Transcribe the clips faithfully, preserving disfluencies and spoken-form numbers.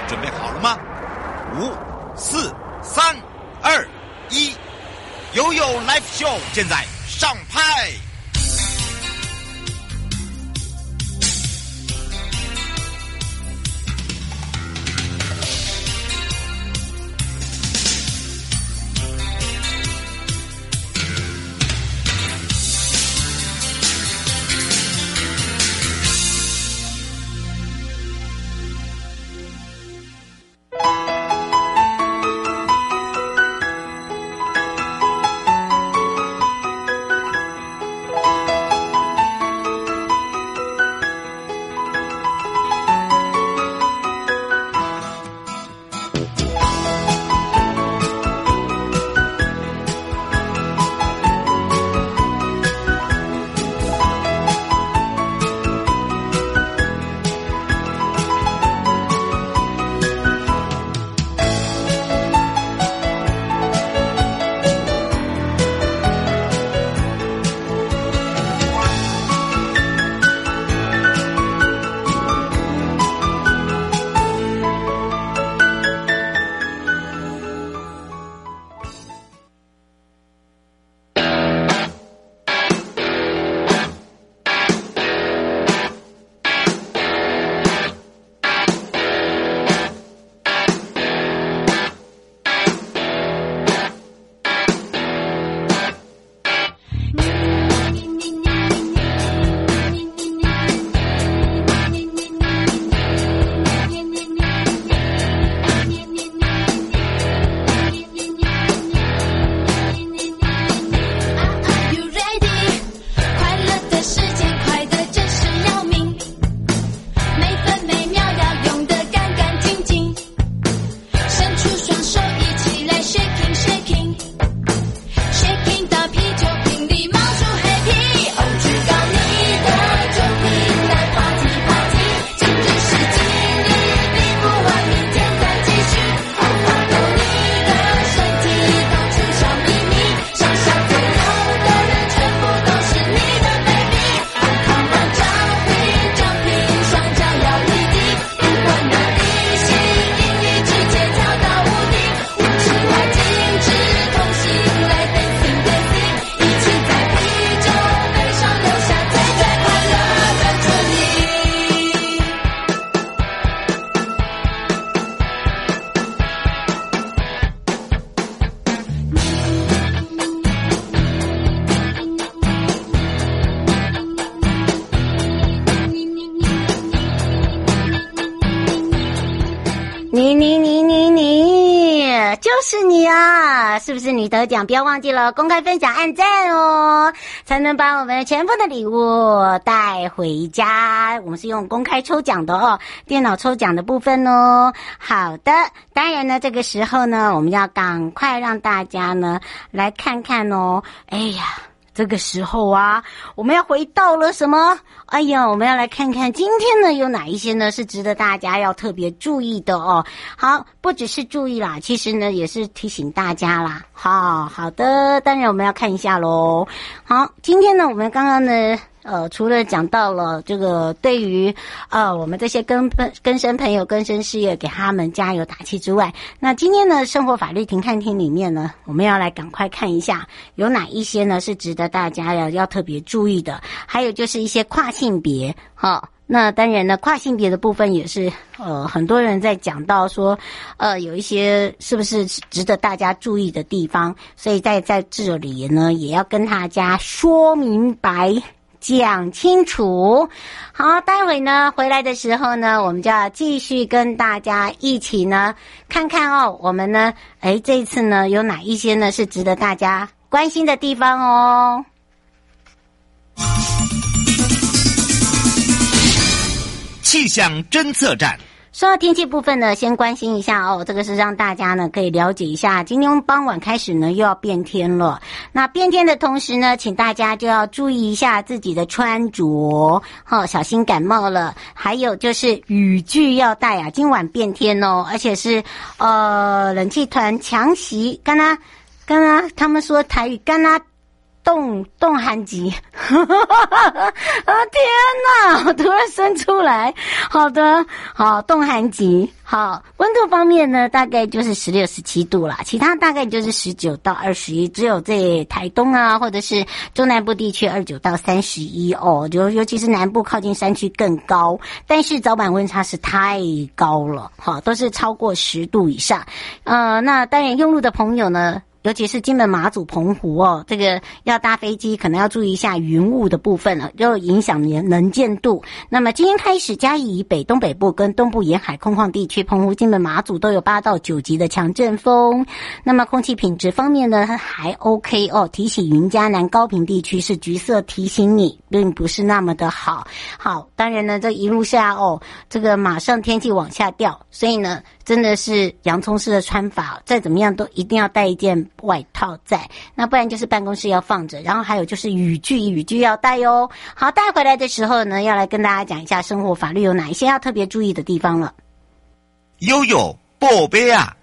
准备好了吗？五、四、三、二、一，悠悠 Live Show 现在上拍。 你你你你你就是你啊！是不是你得奖？不要忘记了公开分享、按赞哦，才能把我们全部的礼物带回家。我们是用公开抽奖的哦，电脑抽奖的部分哦。好的，当然呢，这个时候呢，我们要赶快让大家呢来看看哦。哎呀，这个时候啊，我们要回到了什么？哎呀，我们要来看看今天呢有哪一些呢是值得大家要特别注意的哦。好，不只是注意啦，其实呢也是提醒大家啦。好，好的，当然我们要看一下咯。好，今天呢我们刚刚呢呃，除了讲到了这个对于呃我们这些跟跟生朋友、跟生事业给他们加油打气之外，那今天呢生活法律停看厅里面呢，我们要来赶快看一下有哪一些呢是值得大家要要特别注意的，还有就是一些跨性别哈。那当然呢，跨性别的部分也是呃很多人在讲到说呃有一些是不是值得大家注意的地方，所以在在这里呢也要跟大家说明白。讲清楚。好，待会呢回来的时候呢，我们就要继续跟大家一起呢看看哦，我们呢诶这一次呢有哪一些呢是值得大家关心的地方哦。 气象侦测站。 说到天气部分呢，先关心一下哦，这个是让大家呢可以了解一下，今天傍晚开始呢又要变天了。那变天的同时呢，请大家就要注意一下自己的穿着，哦，小心感冒了。还有就是雨具要带啊，今晚变天哦，而且是呃冷气团强袭，干啦干啦，他们说台语干啦冻冻寒极，啊天哪！我突然生出来。好的，好冻寒极。好，温度方面呢，大概就是十六、十七度啦，其他大概就是十九到二十一，只有在台东啊，或者是中南部地区二十九到三十一哦，就尤其是南部靠近山区更高，但是早晚温差是太高了，好，都是超过十度以上。呃，那当然用路的朋友呢，尤其是金门、马祖、澎湖哦，这个要搭飞机可能要注意一下云雾的部分了，就影响能能见度。那么今天开始，嘉义以北、东北部跟东部沿海空旷地区，澎湖、金门、马祖都有八到九级的强阵风。那么空气品质方面呢，还 OK 哦。提醒云嘉南高屏地区是橘色提醒你，并不是那么的好。好，当然呢，这一路下哦，这个马上天气往下掉，所以呢，真的是洋葱式的穿法，再怎么样都一定要带一件外套在，那不然就是办公室要放着，然后还有就是雨具，雨具要带哦。好，带回来的时候呢，要来跟大家讲一下生活法律有哪一些要特别注意的地方了。 悠悠宝贝啊！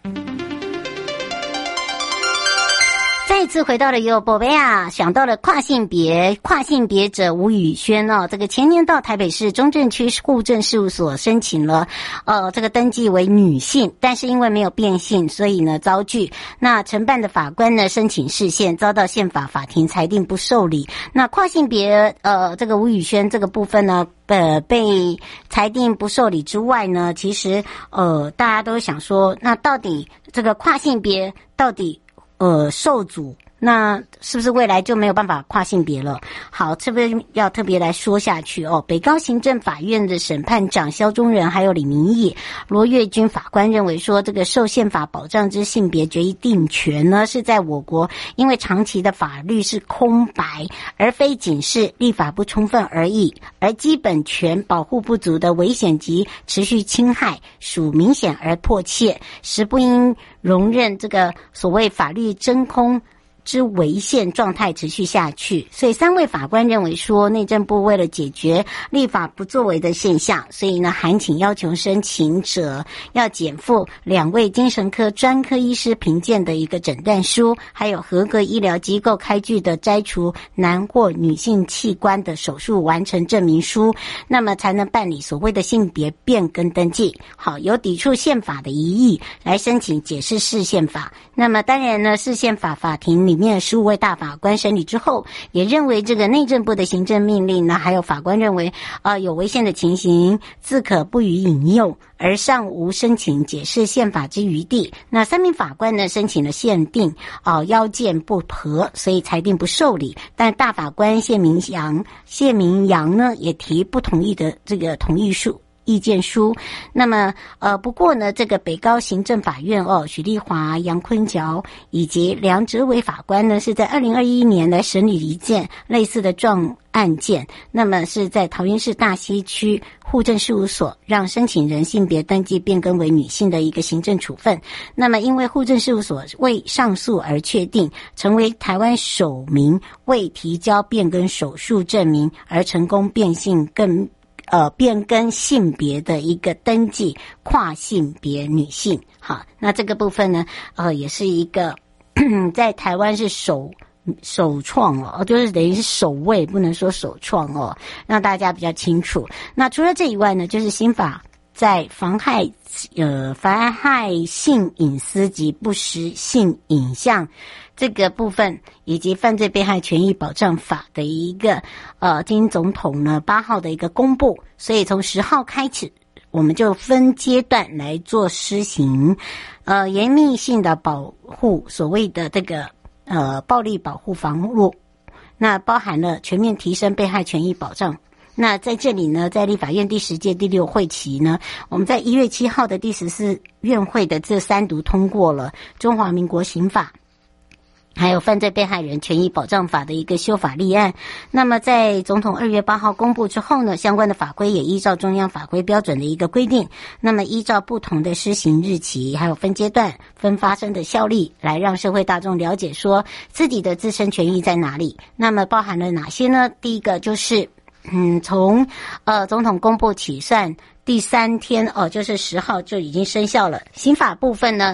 再一次回到了有宝贝啊，想到了跨性别，跨性别者吴宇轩哦，这个前年到台北市中正区户政事务所申请了，呃，这个登记为女性，但是因为没有变性，所以呢遭拒。那承办的法官呢申请释宪，遭到宪法法庭裁定不受理。那跨性别呃这个吴宇轩这个部分呢，呃被裁定不受理之外呢，其实呃大家都想说，那到底这个跨性别到底呃，受阻，那是不是未来就没有办法跨性别了？好，这边要特别来说下去哦。北高行政法院的审判长萧忠仁还有李明义、罗月君法官认为说，这个受宪法保障之性别决定权呢，是在我国因为长期的法律是空白，而非仅是立法不充分而已，而基本权保护不足的危险及持续侵害，属明显而迫切，实不应容忍这个所谓法律真空之违宪状态持续下去。所以三位法官认为说，内政部为了解决立法不作为的现象，所以呢函请要求申请者要减负两位精神科专科医师评鉴的一个诊断书，还有合格医疗机构开具的摘除男或女性器官的手术完成证明书，那么才能办理所谓的性别变更登记。好，有抵触宪法的疑义来申请解释释宪法。那么当然呢，释宪法法庭里面十五位大法官审理之后，也认为这个内政部的行政命令呢，还有法官认为呃有违宪的情形，自可不予引用，而尚无申请解释宪法之余地。那三名法官呢申请了限定呃要件不合，所以裁定不受理。但大法官谢明阳谢明阳呢也提不同意的这个同意书意见书。那么呃不过呢，这个北高行政法院哦，许立华、杨坤桥以及梁哲伟法官呢，是在二零二一年来审理一件类似的状案件，那么是在桃园市大溪区户政事务所让申请人性别登记变更为女性的一个行政处分。那么因为户政事务所为上诉而确定，成为台湾首名未提交变更手术证明而成功变性更呃，变更性别的一个登记跨性别女性。好，那这个部分呢，呃，也是一个在台湾是首首创哦，就是等于是首位，不能说首创哦，让大家比较清楚。那除了这以外呢，就是新法在妨害呃妨害性隐私及不实性影像这个部分，以及犯罪被害权益保障法的一个呃，经总统呢八号的一个公布，所以从十号开始，我们就分阶段来做施行，呃，严密性的保护所谓的这个呃暴力保护防护，那包含了全面提升被害权益保障。那在这里呢，在立法院第十届第六会期呢，我们在一月七号的第十四院会的这三读通过了中华民国刑法还有犯罪被害人权益保障法的一个修法立案。那么在总统二月八号公布之后呢，相关的法规也依照中央法规标准的一个规定，那么依照不同的施行日期还有分阶段分发生的效力，来让社会大众了解说自己的自身权益在哪里。那么包含了哪些呢？第一个就是嗯，从呃总统公布起算第三天哦，就是十号就已经生效了。刑法部分呢，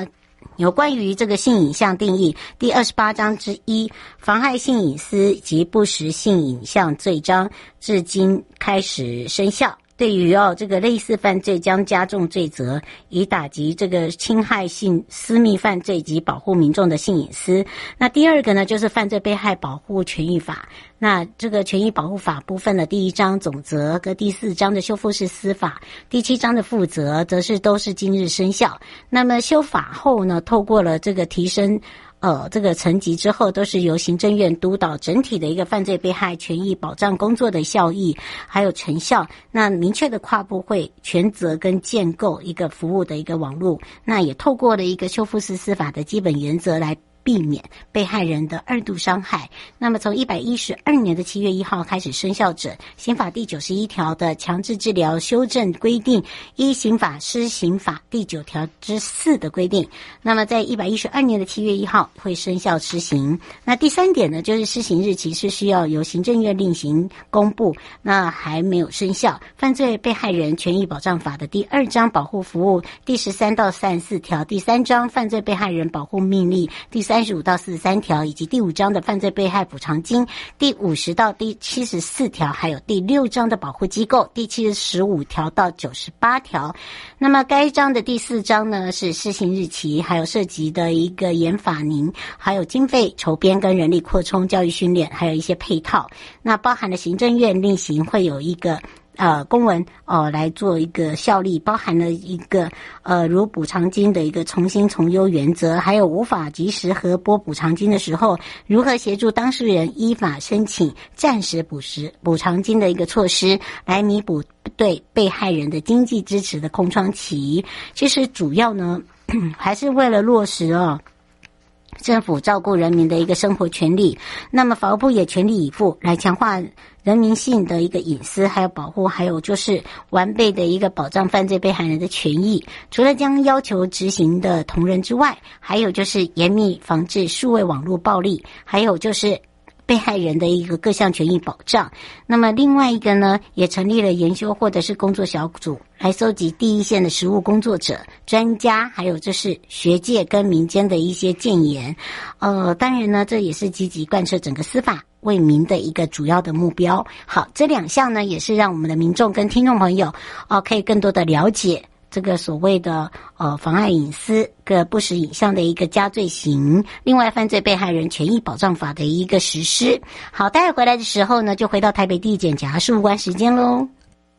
有关于这个性影像定义第二十八章之一妨害性隐私及不实性影像罪章，至今开始生效。对于哦这个类似犯罪将加重罪责，以打击这个侵害性私密犯罪及保护民众的性隐私。那第二个呢，就是犯罪被害保护权益法。那这个权益保护法部分的第一章总则跟第四章的修复式司法，第七章的负责则是都是今日生效。那么修法后呢，透过了这个提升呃，这个层级之后，都是由行政院督导整体的一个犯罪被害权益保障工作的效益还有成效。那明确的跨部会权责跟建构一个服务的一个网络，那也透过了一个修复式司法的基本原则来避免被害人的二度伤害。那么从一百一十二年的七月一号开始生效者，刑法第九十一条的强制治疗修正规定，依刑法施行法第九条之四的规定，那么在一百一十二年的七月一号会生效施行。那第三点呢，就是施行日期是需要由行政院另行公布，那还没有生效。犯罪被害人权益保障法的第二章保护服务第十三到三十四条，第三章犯罪被害人保护命令第三十五到四十三条，以及第五章的犯罪被害补偿金第五十到第七十四条，还有第六章的保护机构第七十五条到九十八条。那么该章的第四章呢，是施行日期，还有涉及的一个研法宁，还有经费筹编跟人力扩充、教育训练，还有一些配套。那包含了行政院另行会有一个呃，公文呃来做一个效力，包含了一个呃如补偿金的一个从轻从优原则，还有无法及时核拨补偿金的时候，如何协助当事人依法申请暂时补实补偿金的一个措施，来弥补对被害人的经济支持的空窗期。其实主要呢，还是为了落实哦政府照顾人民的一个生活权利，那么法务部也全力以赴来强化人民性的一个隐私还有保护，还有就是完备的一个保障犯罪被害人的权益。除了将要求执行的同仁之外，还有就是严密防治数位网络暴力，还有就是被害人的一个各项权益保障。那么另外一个呢，也成立了研修或者是工作小组，来搜集第一线的实务工作者、专家，还有就是学界跟民间的一些建言。呃，当然呢，这也是积极贯彻整个司法为民的一个主要的目标。好，这两项呢，也是让我们的民众跟听众朋友哦、呃，可以更多的了解这个所谓的呃妨碍隐私个不实影像的一个加罪刑，另外犯罪被害人权益保障法的一个实施。好，待会回来的时候呢，就回到台北地检检察事务官时间咯。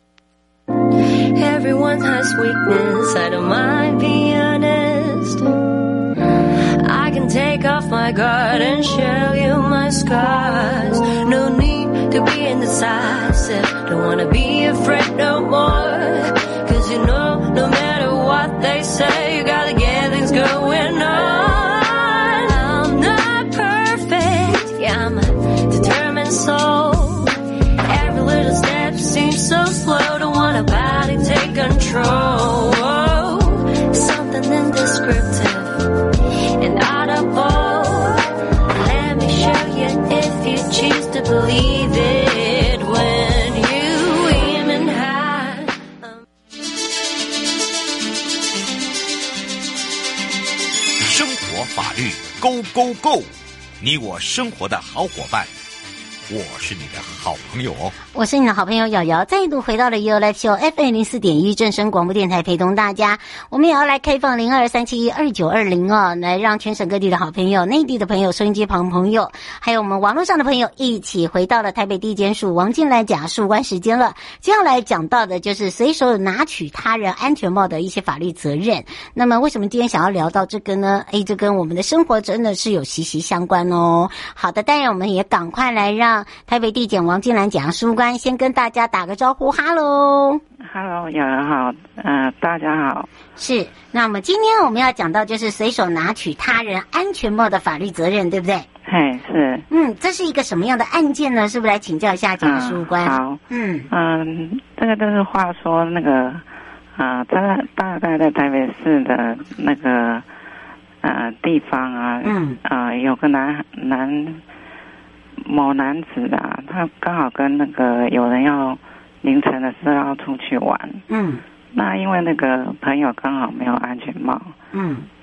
Everyone has weakness, I don't mind being honest. I can take off my guard and show you my scars. No need to be indecisive, don't wanna be afraid no more.Cause you know, no matter what they say, you gotta get things going on. I'm not perfect, yeah, I'm a determined soul. Every little step seems so slow, don't want nobody take control. Something indescriptive and audible. Let me show you if you choose to believe it. When you aim and hide, 生活法律 Go Go Go， 你我生活的好伙伴，我是你的好朋友哦。 我是你的好朋友瑶瑶，再度回到了 You Live Show F M 零四点一正声广播电台，陪同大家。我们也要来开放零二三七一二九二零哦，来让全省各地的好朋友、内地的朋友、收音机旁朋友，还有我们网络上的朋友一起回到了台北地检署王进来检察事务官时间了。接下来讲到的就是随手拿取他人安全帽的一些法律责任。那么为什么今天想要聊到这个呢？诶，这跟我们的生活真的是有息息相关哦。好的，当然我们也赶快来让台北地检王金兰检察事务官先跟大家打个招呼，哈喽， 哈喽，瑶瑶好，呃，大家好。 是，那我们今天我们要讲到就是随手拿取他人安全帽的法律责任，对不对？ 嘿，是。 嗯，这是一个什么样的案件呢？是不是来请教一下检察事务官？ 嗯、好， 嗯嗯，这个就是话说那个，啊、呃，在大概在台北市的那个呃地方啊， 嗯， 呃，有个男男。某男子啊，他刚好跟那个有人要凌晨的时候要出去玩， 嗯， 那因为那个朋友刚好没有安全帽， 嗯，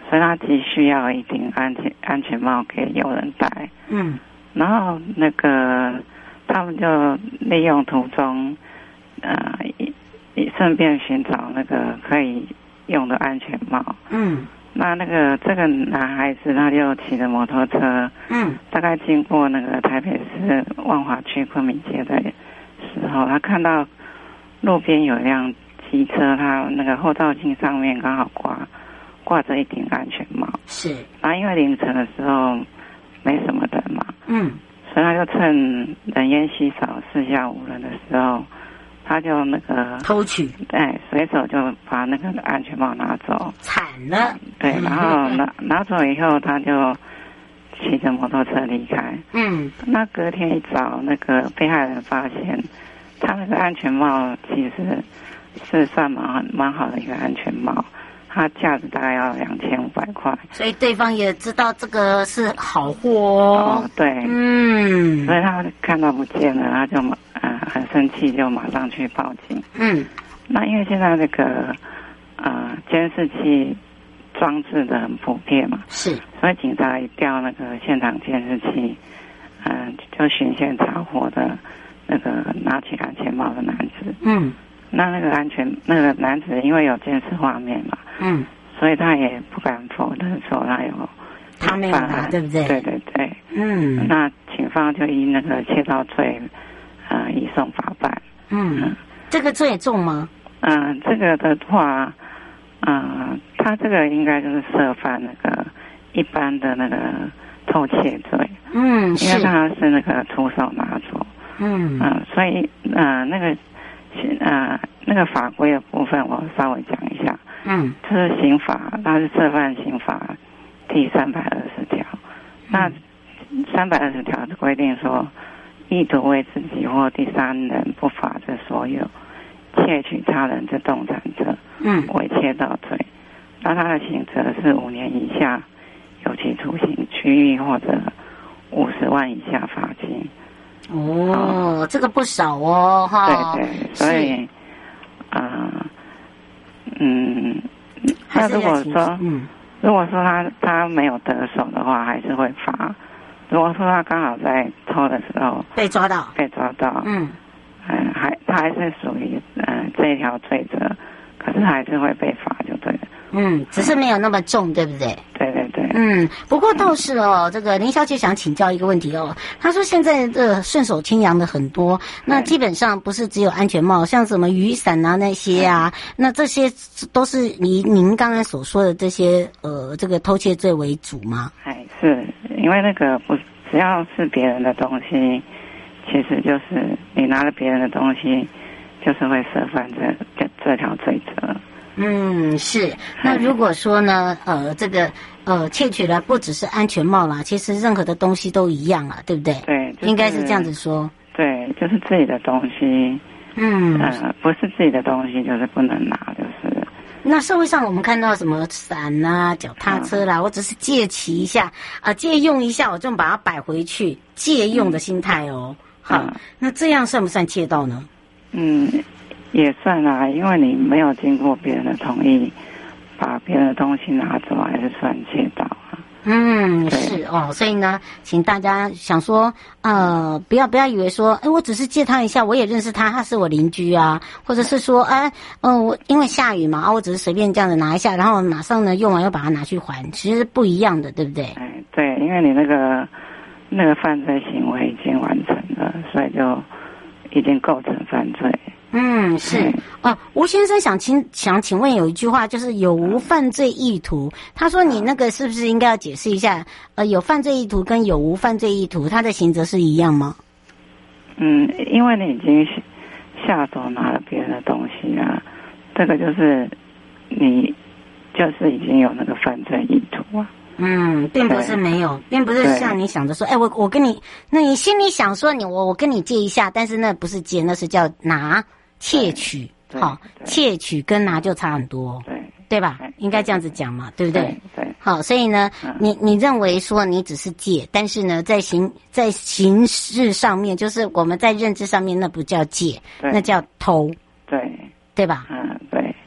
所以他急需要一顶安全安全帽给友人戴。 嗯， 然后那个他们就利用途中，呃，顺便寻找那个可以用的安全帽。 嗯， 那那个这个男孩子他就骑着摩托车， 嗯， 大概经过那个台北市万华区昆明街的时候，他看到路边有一辆机车，他那个后照镜上面刚好挂挂着一顶安全帽。 是。 然后因为凌晨的时候没什么人嘛， 嗯， 所以他就趁人烟稀少、四下无人的时候，他就那个偷取， 哎，随手就把那个安全帽拿走。 惨了。 对，然后拿拿走以后，他就骑着摩托车离开。 嗯， 那隔天一早，那个被害人发现，他那个安全帽其实是算蛮蛮好的一个安全帽。它价值大概要两千五百块， 所以对方也知道这个是好货哦。 哦，对， 嗯， 所以他看到不见了，他就呃很生气，就马上去报警。 嗯， 那因为现在那个呃监视器装置的很普遍嘛， 是， 所以警察一调那个现场监视器，嗯、呃，就循线查获的那个拿起安全帽的男子。 嗯。 那那个安全那个男子因为有监视画面嘛， 嗯， 所以他也不敢否认说他有他没有拿，对不对？ 对对对， 嗯， 那警方就以那个窃盗罪，呃，移送法办。 嗯，嗯这个罪重吗？ 嗯、呃，这个的话，嗯、呃，他这个应该就是涉犯那个一般的那个偷窃罪。 嗯， 因为他是那个徒手拿走。 嗯， 嗯、呃，所以呃那个。呃，那个法规的部分我稍微讲一下。 嗯， 就是刑法，它是涉犯刑法第三百二十条。那三百二十条是规定说，意图为自己或第三人不法之所有，窃取他人之动产者， 嗯， 为窃盗罪。那他的刑责是五年以下有期徒刑、拘役或者五十万以下罚金。 哦，哦这个不少哦，哈。 对对，所以，啊、呃，嗯，那如果说， 嗯， 如果说他他没有得手的话，还是会罚。如果说他刚好在偷的时候被抓到， 被抓到， 嗯， 嗯、呃，还他还是属于呃这一条罪责，可是还是会被罚，就对了。 嗯，只是没有那么重，对不对？ 对对对。 嗯，不过倒是哦，这个林小姐想请教一个问题哦。她说现在的顺手牵羊的很多，那基本上不是只有安全帽，像什么雨伞啊那些啊，那这些都是以您刚才所说的这些呃这个偷窃罪为主吗？ 哎，是因为那个不只要是别人的东西，其实就是你拿了别人的东西，就是会涉犯这这这条罪责。 嗯，是。那如果说呢，呃，这个呃窃取了不只是安全帽啦，其实任何的东西都一样啊，对不对？ 对，就是、 应该是这样子说。 对，就是自己的东西， 嗯， 呃，不是自己的东西就是不能拿，就是。 那社会上我们看到什么伞啊、脚踏车啦，嗯、我只是借骑一下啊、呃，借用一下，我就把它摆回去，借用的心态哦。好、嗯，那这样算不算窃盗呢？ 嗯。也算啊，因为你没有经过别人的同意，把别人的东西拿走，还是算窃盗啊。 嗯，是哦，所以呢，请大家想说，呃，不要不要以为说，哎，我只是借他一下，我也认识他，他是我邻居啊，或者是说，哎，呃，我因为下雨嘛，啊，我只是随便这样子拿一下，然后马上呢用完又把它拿去还，其实是不一样的，对不对？ 哎，对，因为你那个那个犯罪行为已经完成了，所以就已经构成犯罪。 嗯，是哦，吴先生想请想请问有一句话就是有无犯罪意图，他说你那个是不是应该要解释一下？呃，有犯罪意图跟有无犯罪意图，他的刑责是一样吗？ 嗯，因为你已经下手拿了别人的东西啊，这个就是你就是已经有那个犯罪意图啊。 嗯，并不是没有，并不是像你想着说，哎，我我跟你，那你心里想说你我我跟你借一下，但是那不是借，那是叫拿。窃取，好，窃取跟拿就差很多， 对对吧？应该这样子讲嘛，对不对？ 对，对好，所以呢，嗯、你你认为说你只是借，但是呢，在刑在刑事上面，就是我们在认知上面，那不叫借，那叫偷， 对， 对吧？ 嗯，对。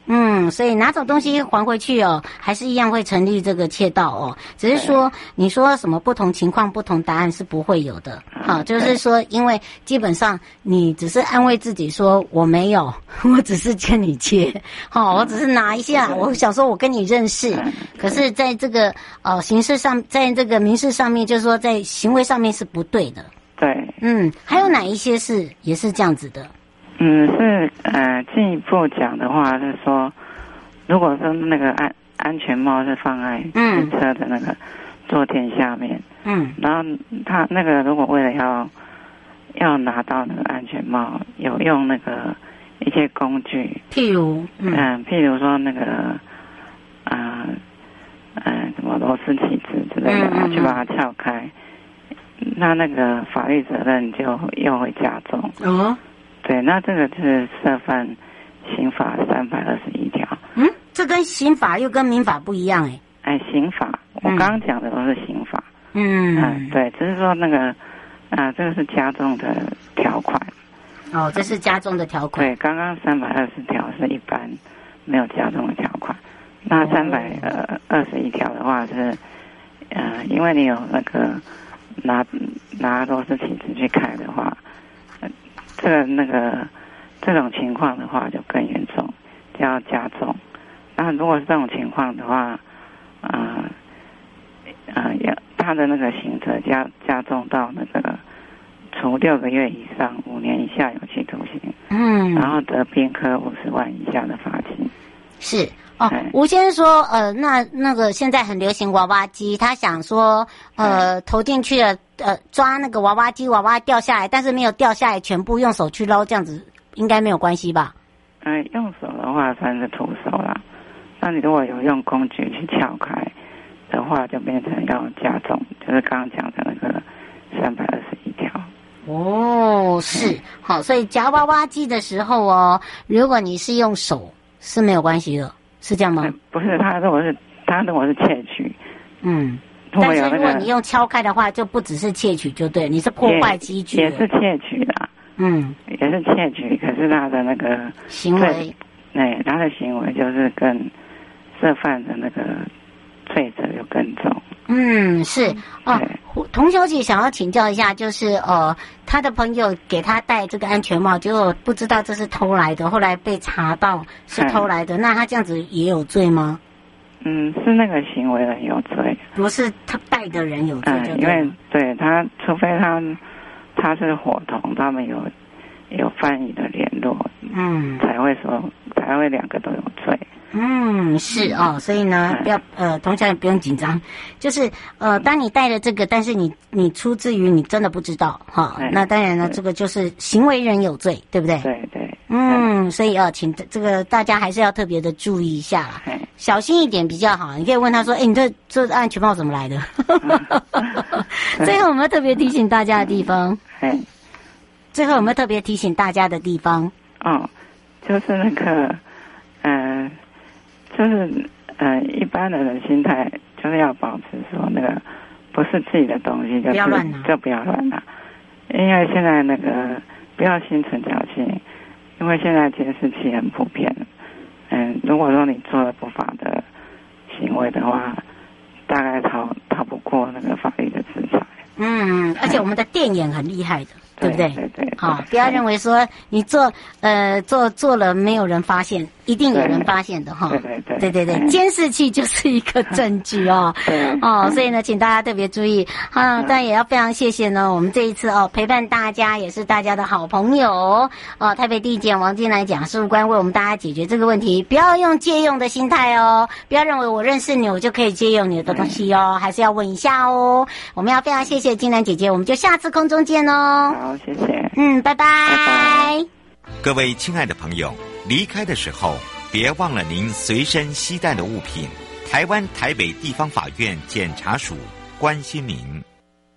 嗯，所以拿走东西还回去哦，还是一样会成立这个窃盗哦。只是说你说什么不同情况不同答案是不会有的。好，就是说，因为基本上你只是安慰自己说我没有，我只是跟你借，好，我只是拿一下，我想说我跟你认识。可是在这个呃形式上，在这个民事上面，就是说在行为上面是不对的。 对， 嗯，还有哪一些是也是这样子的？ 嗯，是呃，进一步讲的话是说，如果说那个安安全帽是放在汽车的那个坐垫下面，嗯，然后他那个如果为了要要拿到那个安全帽，有用那个一些工具， 譬如， 嗯，呃、譬如说那个啊，呃，呃，什么螺丝起子之类的，嗯嗯嗯去把它撬开，那那个法律责任就又会加重。哦。对，那这个是涉犯刑法三百二十一条。 嗯，这跟刑法又跟民法不一样哎。 哎，刑法，我刚刚讲的都是刑法。 嗯， 嗯，对，只是说那个，啊、呃，这个是加重的条款。 哦，这是加重的条款。 对，刚刚三百二十条是一般没有加重的条款，那三百呃二十一条的话是，呃，因为你有那个拿拿螺丝起子去开的话。这个那个这种情况的话就更严重，就要加重。那如果是这种情况的话，啊、呃，呃，要他的那个刑责加加重到那个处六个月以上五年以下有期徒刑，嗯，然后得并科五十万以下的罚金。 是哦，吴先生说，呃，那那个现在很流行娃娃机，他想说，呃，投进去了，呃，抓那个娃娃机，娃娃掉下来，但是没有掉下来，全部用手去捞，这样子应该没有关系吧？ 嗯、呃，用手的话算是徒手啦。那你如果有用工具去撬开的话，就变成要加重，就是刚刚讲的那个三百二十一条。 哦，是，好，所以夹娃娃机的时候哦，如果你是用手。是没有关系的，是这样吗？ 不是，他如果是他如果是窃取， 嗯，但是如果你用敲开的话，就不只是窃取，就对，你是破坏机具， 也是窃取啦，嗯，也是窃取，可是他的那个行为， 对，他的行为就是跟涉犯的那个罪责又更重。 嗯，是哦。童小姐想要请教一下，就是呃，她的朋友给她戴这个安全帽，结果不知道这是偷来的，后来被查到是偷来的，嗯、那她这样子也有罪吗？ 嗯，是那个行为人有罪， 不是他戴的人有罪就对了。 嗯，因为对他，除非他他是伙同，他们有有翻译的联络，嗯，才会说才会两个都有罪。 嗯，是哦，所以呢，不要呃，同学也不用紧张，就是呃，当你带了这个，但是你你出自于你真的不知道哈，那当然呢，这个就是行为人有罪，对不对？ 对对。 嗯，所以啊，请这个大家还是要特别的注意一下啦，小心一点比较好。你可以问他说：“哎，你这这安全帽怎么来的？”最后有没有特别提醒大家的地方？最后有没有特别提醒大家的地方？ 哦，就是那个，嗯、呃。就是呃，一般的人心态就是要保持说那个不是自己的东西就不要乱拿， 就不要乱拿，因为现在那个不要心存侥幸，因为现在监视器很普遍，嗯，如果说你做了不法的行为的话，大概逃逃不过那个法律的制裁。 嗯，而且我们的电眼很厉害的。对不对？ 对对对。 好，不要认为说你做呃做做了没有人发现，一定有人发现的哈。 对对对。 对对对，监视器就是一个证据哦。 对。 哦，所以呢，请大家特别注意。啊，但也要非常谢谢呢，我们这一次哦陪伴大家，也是大家的好朋友哦，台北地检王进来讲事务官为我们大家解决这个问题，不要用借用的心态哦，不要认为我认识你我就可以借用你的东西哦，还是要问一下哦。我们要非常谢谢金兰姐姐，我们就下次空中见哦。 好，谢谢。 嗯，拜拜。 拜拜。 各位亲爱的朋友，离开的时候别忘了您随身携带的物品。台湾台北地方法院检察署关心您。